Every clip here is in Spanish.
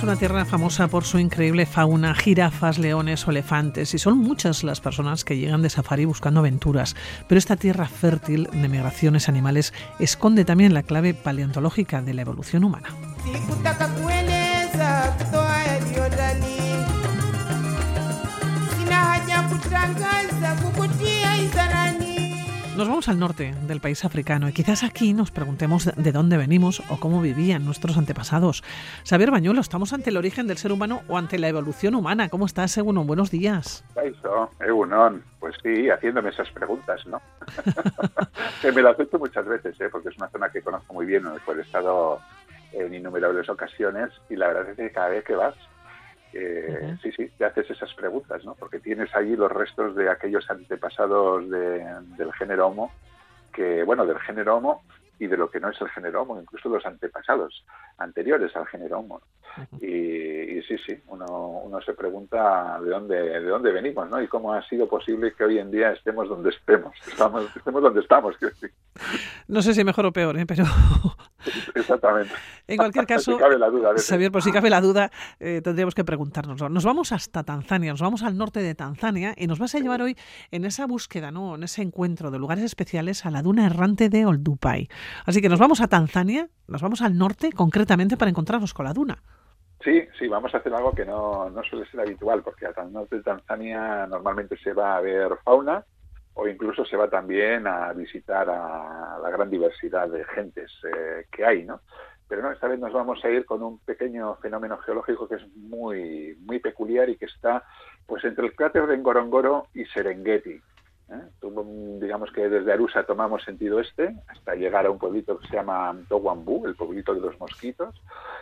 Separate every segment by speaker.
Speaker 1: es una tierra famosa por su increíble fauna, jirafas, leones o elefantes, y son muchas las personas que llegan de safari buscando aventuras. Pero esta tierra fértil de migraciones animales esconde también la clave paleontológica de la evolución humana. Nos vamos al norte del país africano y quizás aquí nos preguntemos de dónde venimos o cómo vivían nuestros antepasados. Xabier Bañuelo, ¿estamos ante el origen del ser humano o ante la evolución humana? ¿Cómo estás, Egunon? Buenos días.
Speaker 2: Eso, Egunon. Pues sí, haciéndome esas preguntas, ¿no? Que me las he hecho muchas veces, porque es una zona que conozco muy bien, en la cual he estado en innumerables ocasiones, y la verdad es que cada vez que vas, sí, te haces esas preguntas, ¿no? Porque tienes allí los restos de aquellos antepasados del género Homo, del género Homo y de lo que no es el género Homo, incluso los antepasados anteriores al género Homo. Y sí, uno se pregunta de dónde venimos, ¿no? Y cómo ha sido posible que hoy en día estemos donde estemos donde estamos.
Speaker 1: No sé si mejor o peor, pero...
Speaker 2: Exactamente.
Speaker 1: En cualquier caso,
Speaker 2: si cabe la duda,
Speaker 1: Xabier, por si cabe la duda, tendríamos que preguntarnos. Nos vamos hasta Tanzania, nos vamos al norte de Tanzania y nos vas a llevar hoy en esa búsqueda, ¿no? En ese encuentro de lugares especiales a la duna errante de Oldupai. Así que nos vamos a Tanzania, nos vamos al norte concretamente para encontrarnos con la duna.
Speaker 2: Sí, vamos a hacer algo que no suele ser habitual, porque al norte de Tanzania normalmente se va a ver fauna, o incluso se va también a visitar a la gran diversidad de gentes que hay, ¿no? Pero no, esta vez nos vamos a ir con un pequeño fenómeno geológico que es muy, muy peculiar y que está pues entre el cráter de Ngorongoro y Serengeti. Digamos que desde Arusha tomamos sentido este hasta llegar a un pueblito que se llama Towambu, el pueblito de los mosquitos,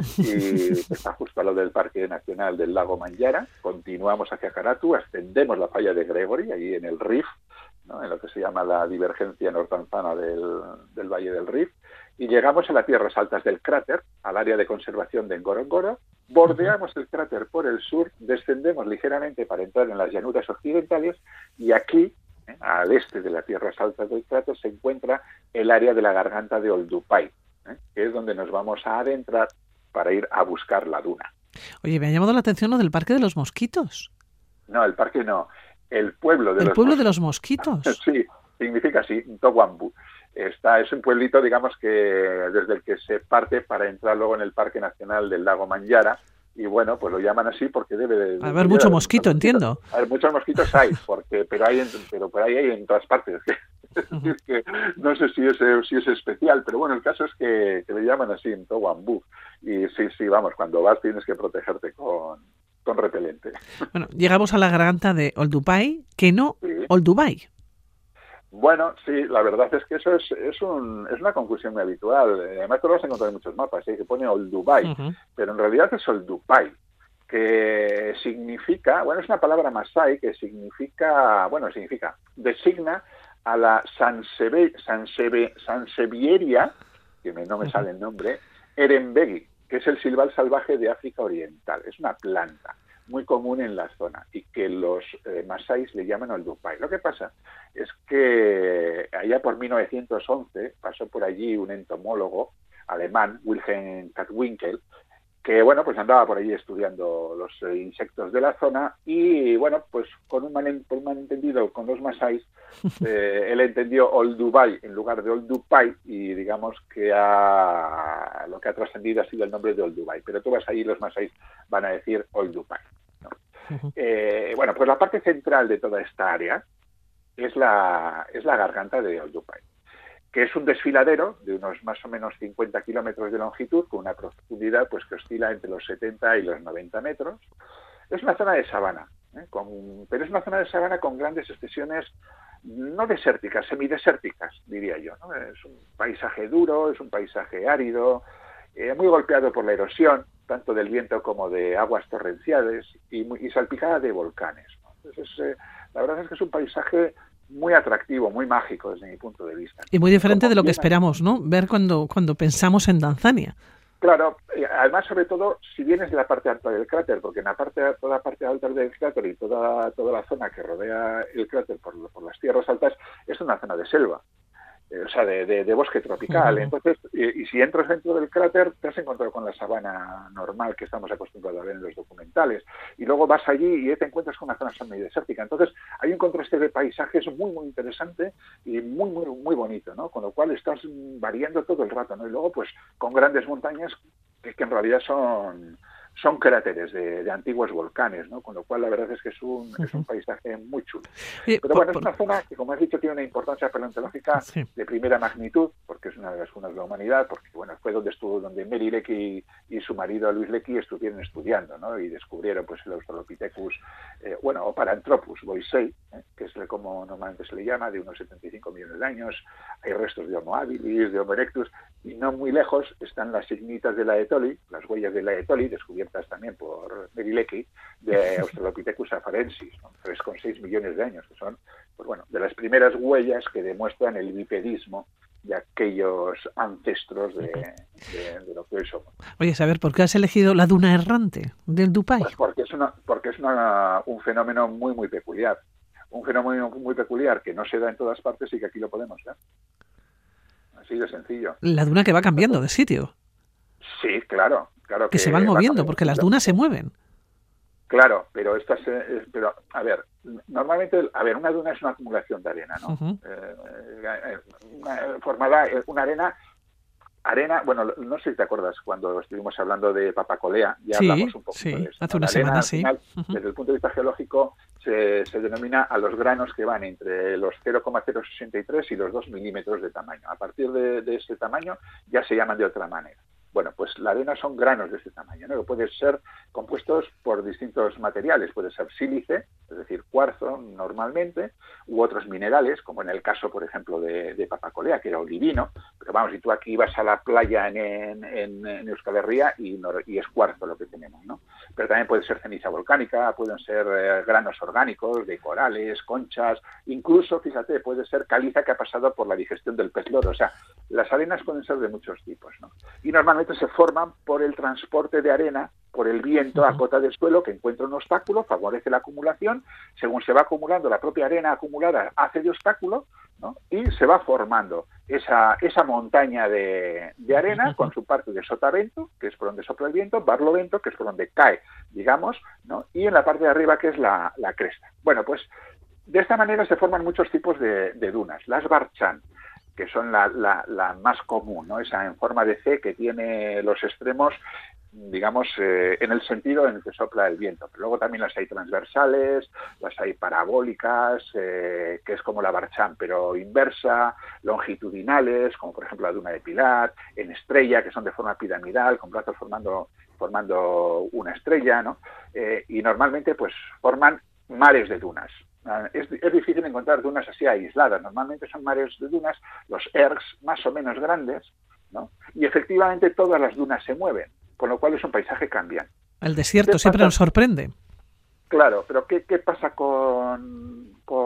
Speaker 2: y está justo al lado del Parque Nacional del Lago Manyara. Continuamos hacia Karatu, ascendemos la falla de Gregory, allí en el Rif, ¿no? En lo que se llama la divergencia nortanzana del Valle del Rif, y llegamos a las tierras altas del cráter, al área de conservación de Ngorongoro, bordeamos el cráter por el sur, descendemos ligeramente para entrar en las llanuras occidentales, y aquí, al este de las tierras altas del cráter, se encuentra el área de la garganta de Oldupai, que es donde nos vamos a adentrar para ir a buscar la duna.
Speaker 1: Oye, me ha llamado la atención lo del Parque de los Mosquitos.
Speaker 2: No, el parque no. El pueblo de
Speaker 1: los mosquitos.
Speaker 2: Sí, significa así, Towambu. Es un pueblito, digamos, que desde el que se parte para entrar luego en el Parque Nacional del Lago Manyara. Y bueno, pues lo llaman así porque debe de
Speaker 1: haber mucho mosquito, entiendo.
Speaker 2: A ver, muchos mosquitos hay, pero por ahí hay en todas partes. Es decir, que no sé si es especial, pero bueno, el caso es que le llaman así en Towambu. Y sí, vamos, cuando vas tienes que protegerte con repelente.
Speaker 1: Bueno, llegamos a la garganta de Oldupai, que no sí. Oldubai.
Speaker 2: Bueno, sí, la verdad es que eso es una conclusión muy habitual. Además, tú lo vas a encontrar en muchos mapas, que pone Oldubai, pero en realidad es Oldupai, que significa, es una palabra masái que designa a la Sansevieria, que no me sale el nombre, Erembegui, que es el silval salvaje de África Oriental. Es una planta muy común en la zona y que los masáis le llaman Oldupai. Lo que pasa es que allá por 1911 pasó por allí un entomólogo alemán, Wilhelm Katwinkel, que pues andaba por allí estudiando los insectos de la zona y pues por un malentendido con los masáis, él entendió Oldubai en lugar de Oldupai y digamos que lo que ha trascendido ha sido el nombre de Oldubai, pero tú vas allí y los masáis van a decir Oldupai, ¿no? Pues la parte central de toda esta área es la garganta de Oldupai, que es un desfiladero de unos más o menos 50 kilómetros de longitud, con una profundidad que oscila entre los 70 y los 90 metros. Es una zona de sabana, pero es una zona de sabana con grandes extensiones no desérticas, semidesérticas, diría yo, ¿no? Es un paisaje duro, es un paisaje árido, muy golpeado por la erosión, tanto del viento como de aguas torrenciales, y salpicada de volcanes, ¿no? Entonces, la verdad es que es un paisaje muy atractivo, muy mágico desde mi punto de vista.
Speaker 1: Y muy diferente de lo que esperamos, ¿no? Ver cuando pensamos en Tanzania.
Speaker 2: Claro, además, sobre todo, si vienes de la parte alta del cráter, porque toda la parte alta del cráter y toda la zona que rodea el cráter por las tierras altas es una zona de selva. o sea, de bosque tropical. Entonces, y si entras dentro del cráter, te has encontrado con la sabana normal que estamos acostumbrados a ver en los documentales. Y luego vas allí y te encuentras con una zona semidesértica. Entonces, hay un contraste de paisajes muy, muy interesante y muy, muy, muy bonito, ¿no? Con lo cual estás variando todo el rato, ¿no? Y luego, pues, con grandes montañas que en realidad son cráteres de antiguos volcanes, ¿no? Con lo cual la verdad es que es un paisaje muy chulo. Pero bueno, es una zona que, como has dicho, tiene una importancia paleontológica de primera magnitud, porque es una de las zonas de la humanidad, porque bueno, fue donde Mary Leakey y su marido Luis Leakey estuvieron estudiando, ¿no? Y descubrieron pues el Australopithecus, o Paranthropus boisei, que es como normalmente se le llama, de unos 75 millones de años. Hay restos de Homo habilis, de Homo erectus, y no muy lejos están las signitas de Laetoli, las huellas de Laetoli, descubiertas también por Mary Leakey, de Australopithecus afarensis, ¿no? 3,6 millones de años, que son, pues bueno, de las primeras huellas que demuestran el bipedismo de aquellos ancestros de lo que hoy somos.
Speaker 1: Oye, saber ¿por qué has elegido la duna errante del Dupai?
Speaker 2: Pues porque es un fenómeno muy, muy peculiar. Un fenómeno muy peculiar que no se da en todas partes y que aquí lo podemos ver. Así de sencillo.
Speaker 1: La duna que va cambiando de sitio.
Speaker 2: Sí, claro.
Speaker 1: Que se van moviendo, porque las dunas se mueven.
Speaker 2: Claro, pero a ver, normalmente, una duna es una acumulación de arena, ¿no? Formada una arena, bueno, no sé si te acuerdas cuando estuvimos hablando de Papacolea, ya hablamos un poco de eso, ¿no?
Speaker 1: Hace una semana, sí.
Speaker 2: Final, desde el punto de vista geológico, se denomina a los granos que van entre los 0,063 y los 2 milímetros de tamaño. A partir de ese tamaño ya se llaman de otra manera. Bueno, pues la arena son granos de este tamaño, ¿no? Que pueden ser compuestos por distintos materiales. Puede ser sílice, es decir, cuarzo normalmente, u otros minerales, como en el caso, por ejemplo, de Papacolea, que era olivino. Pero vamos, si tú aquí vas a la playa en Euskal Herria y es cuarzo lo que tenemos, ¿no? Pero también puede ser ceniza volcánica, pueden ser granos orgánicos de corales, conchas, incluso, fíjate, puede ser caliza que ha pasado por la digestión del pez loro. O sea, las arenas pueden ser de muchos tipos, ¿no? Y normalmente se forman por el transporte de arena, por el viento a cota del suelo que encuentra un obstáculo, favorece la acumulación. Según se va acumulando, la propia arena acumulada hace de obstáculo, ¿no? Y se va formando esa montaña de arena con su parte de sotavento, que es por donde sopla el viento, barlovento, que es por donde cae, digamos, ¿no? Y en la parte de arriba, que es la cresta. Bueno, pues de esta manera se forman muchos tipos de dunas. Las Barchan, que son la más común, ¿no? Esa en forma de C que tiene los extremos, digamos, en el sentido en el que sopla el viento. Pero luego también las hay transversales, las hay parabólicas, que es como la Barchan, pero inversa, longitudinales, como por ejemplo la duna de Pilar, en estrella, que son de forma piramidal, con brazos formando una estrella, ¿no? Y normalmente pues forman mares de dunas. Es difícil encontrar dunas así aisladas. Normalmente son mares de dunas, los ergs más o menos grandes, ¿no? Y efectivamente todas las dunas se mueven, con lo cual es un paisaje cambiante.
Speaker 1: El desierto siempre nos sorprende.
Speaker 2: Claro, pero ¿qué pasa con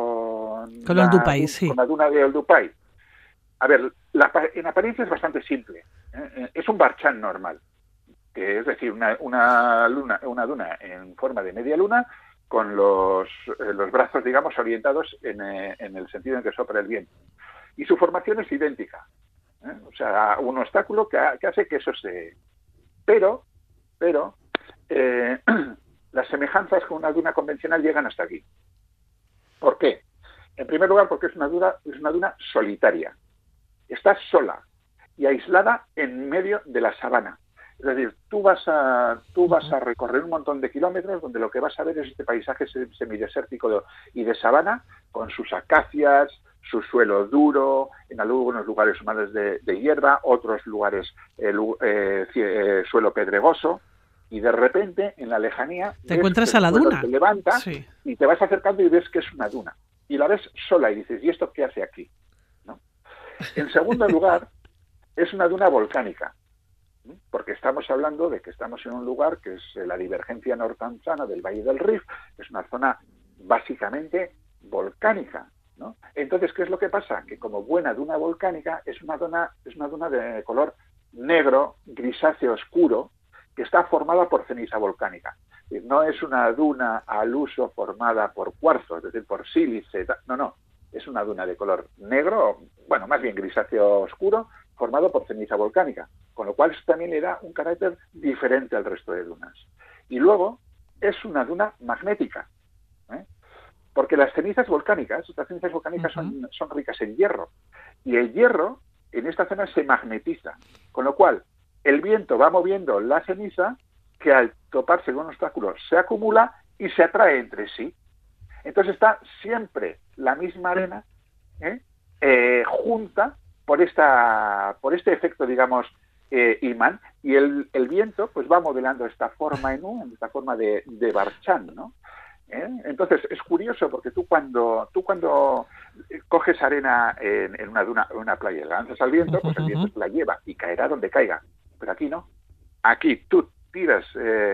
Speaker 1: Olduvai, sí.
Speaker 2: Con la duna de Olduvai? A ver, en apariencia es bastante simple. Es un barchan normal, que es decir, una duna en forma de media luna, con los brazos, digamos, orientados en el sentido en que sopla el viento. Y su formación es idéntica. O sea, un obstáculo que hace que eso se... Pero las semejanzas con una duna convencional llegan hasta aquí. ¿Por qué? En primer lugar, porque es una duna solitaria. Está sola y aislada en medio de la sabana. Es decir, tú vas a recorrer un montón de kilómetros donde lo que vas a ver es este paisaje semidesértico y de sabana, con sus acacias, su suelo duro, en algunos lugares humanos de hierba, otros lugares suelo pedregoso, y de repente, en la lejanía,
Speaker 1: te encuentras a la duna.
Speaker 2: Te levanta,
Speaker 1: sí.
Speaker 2: Y te vas acercando y ves que es una duna. Y la ves sola y dices, ¿y esto qué hace aquí? ¿No? En segundo lugar, es una duna volcánica, porque estamos hablando de que estamos en un lugar que es la divergencia nortanzana del Valle del Rif, es una zona básicamente volcánica, ¿no? Entonces, ¿qué es lo que pasa? Que como buena duna volcánica es una duna de color negro, grisáceo oscuro, que está formada por ceniza volcánica. No es una duna al uso formada por cuarzo, es decir, por sílice, no. Es una duna de color negro, bueno, más bien grisáceo oscuro, formado por ceniza volcánica, con lo cual eso también le da un carácter diferente al resto de dunas. Y luego es una duna magnética, ¿eh? Porque las cenizas volcánicas son ricas en hierro, y el hierro en esta zona se magnetiza, con lo cual el viento va moviendo la ceniza, que al toparse con un obstáculo se acumula y se atrae entre sí. Entonces está siempre la misma arena junta por este efecto, digamos, imán, y el viento pues va modelando esta forma en esta forma de barchán, ¿no? Entonces es curioso porque tú cuando coges arena en una duna o en una playa y la lanzas al viento, pues el viento la lleva y caerá donde caiga. Pero aquí no. Aquí tú tiras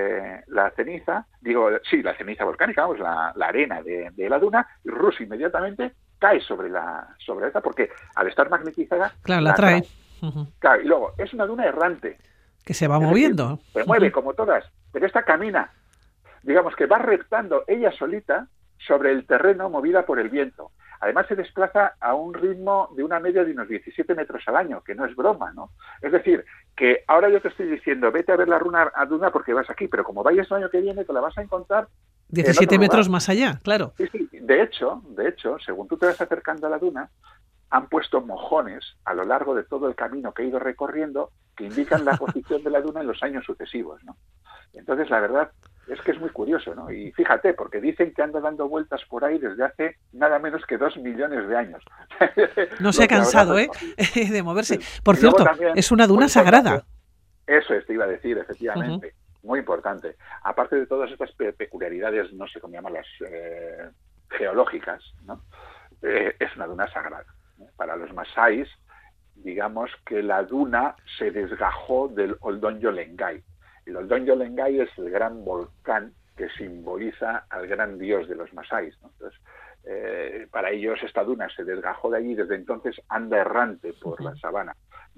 Speaker 2: la ceniza volcánica, vamos, la arena de la duna, y inmediatamente cae sobre esta, porque al estar magnetizada,
Speaker 1: claro, la atrae.
Speaker 2: Claro, y luego es una duna errante
Speaker 1: que se va moviendo.
Speaker 2: Se mueve como todas, pero esta camina, digamos que va reptando ella solita sobre el terreno, movida por el viento. Además se desplaza a un ritmo de una media de unos 17 metros al año, que no es broma, ¿no? Es decir, que ahora yo te estoy diciendo, vete a ver la duna porque vas aquí, pero como vayas el año que viene te la vas a encontrar
Speaker 1: 17 metros más allá, claro.
Speaker 2: Sí. De hecho, según tú te vas acercando a la duna, han puesto mojones a lo largo de todo el camino que he ido recorriendo que indican la posición de la duna en los años sucesivos, ¿no? Entonces, la verdad es que es muy curioso, ¿no? Y fíjate, porque dicen que anda dando vueltas por ahí desde hace nada menos que 2 millones de años.
Speaker 1: No se ha cansado, de moverse. Por cierto, también, es una duna sagrada.
Speaker 2: Eso te iba a decir, efectivamente. Muy importante. Aparte de todas estas peculiaridades, no sé cómo llamarlas, geológicas, ¿no? Es una duna sagrada. Para los masáis, digamos que la duna se desgajó del Oldón Yolengay. El Oldón Yolengay es el gran volcán que simboliza al gran dios de los masáis, ¿no? Entonces, para ellos esta duna se desgajó de allí y desde entonces anda errante por la sabana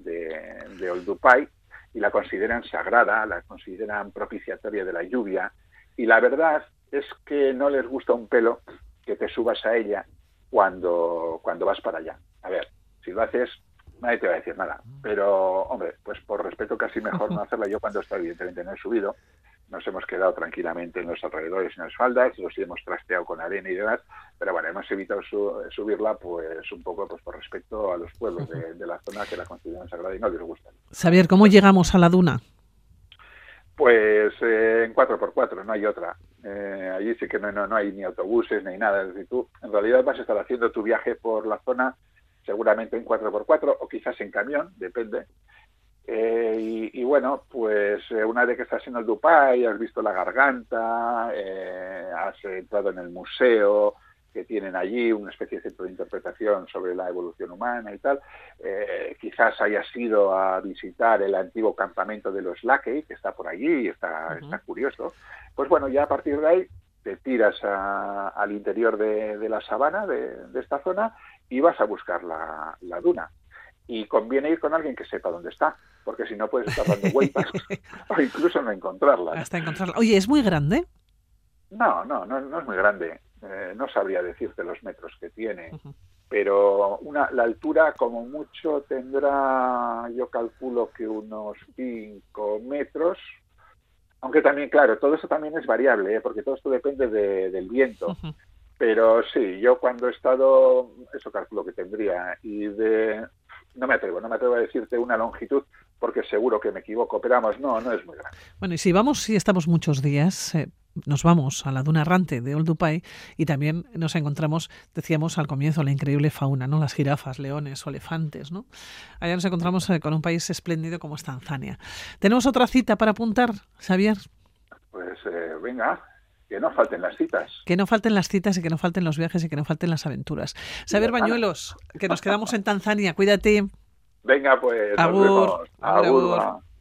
Speaker 2: de Oldupay, y la consideran sagrada, la consideran propiciatoria de la lluvia, y la verdad es que no les gusta un pelo que te subas a ella cuando vas para allá. A ver, si lo haces, nadie te va a decir nada, pero, hombre, pues por respeto casi mejor no hacerla. Yo cuando evidentemente no he subido, nos hemos quedado tranquilamente en los alrededores, en las faldas, los hemos trasteado con arena y demás, pero bueno, hemos evitado subirla pues un poco pues por respeto a los pueblos de la zona que la consideran sagrada y no les gusta.
Speaker 1: Xavier, ¿cómo llegamos a la duna?
Speaker 2: Pues en 4x4, no hay otra. Allí sí que no hay ni autobuses ni nada. Es decir, tú en realidad vas a estar haciendo tu viaje por la zona seguramente en 4x4 o quizás en camión, depende. Y bueno, pues una vez que estás en Oldupay, has visto la garganta, has entrado en el museo que tienen allí, una especie de centro de interpretación sobre la evolución humana y tal, quizás hayas ido a visitar el antiguo campamento de los Lackey, que está por allí, está curioso. Pues bueno, ya a partir de ahí te tiras al interior de la sabana de esta zona y vas a buscar la duna. Y conviene ir con alguien que sepa dónde está, porque si no puedes estar dando vueltas o incluso no encontrarla.
Speaker 1: Hasta encontrarla. Oye, ¿es muy grande?
Speaker 2: No es muy grande. No sabría decirte los metros que tiene, pero la altura como mucho tendrá, yo calculo que unos 5 metros, aunque también, claro, todo eso también es variable, porque todo esto depende del viento. Pero sí, yo cuando he estado, eso calculo que tendría, no me atrevo a decirte una longitud porque seguro que me equivoco, pero vamos, no es muy grande.
Speaker 1: Bueno, y si estamos muchos días, nos vamos a la duna errante de Oldupay y también nos encontramos, decíamos al comienzo, la increíble fauna, ¿no? Las jirafas, leones o elefantes, ¿no? Allá nos encontramos con un país espléndido como es Tanzania. ¿Tenemos otra cita para apuntar, Xavier?
Speaker 2: Pues venga. Que no falten las citas.
Speaker 1: Que no falten las citas y que no falten los viajes y que no falten las aventuras. Xavier Bañuelos, que nos quedamos en Tanzania. Cuídate.
Speaker 2: Venga, pues.
Speaker 1: Agur.
Speaker 2: Agur.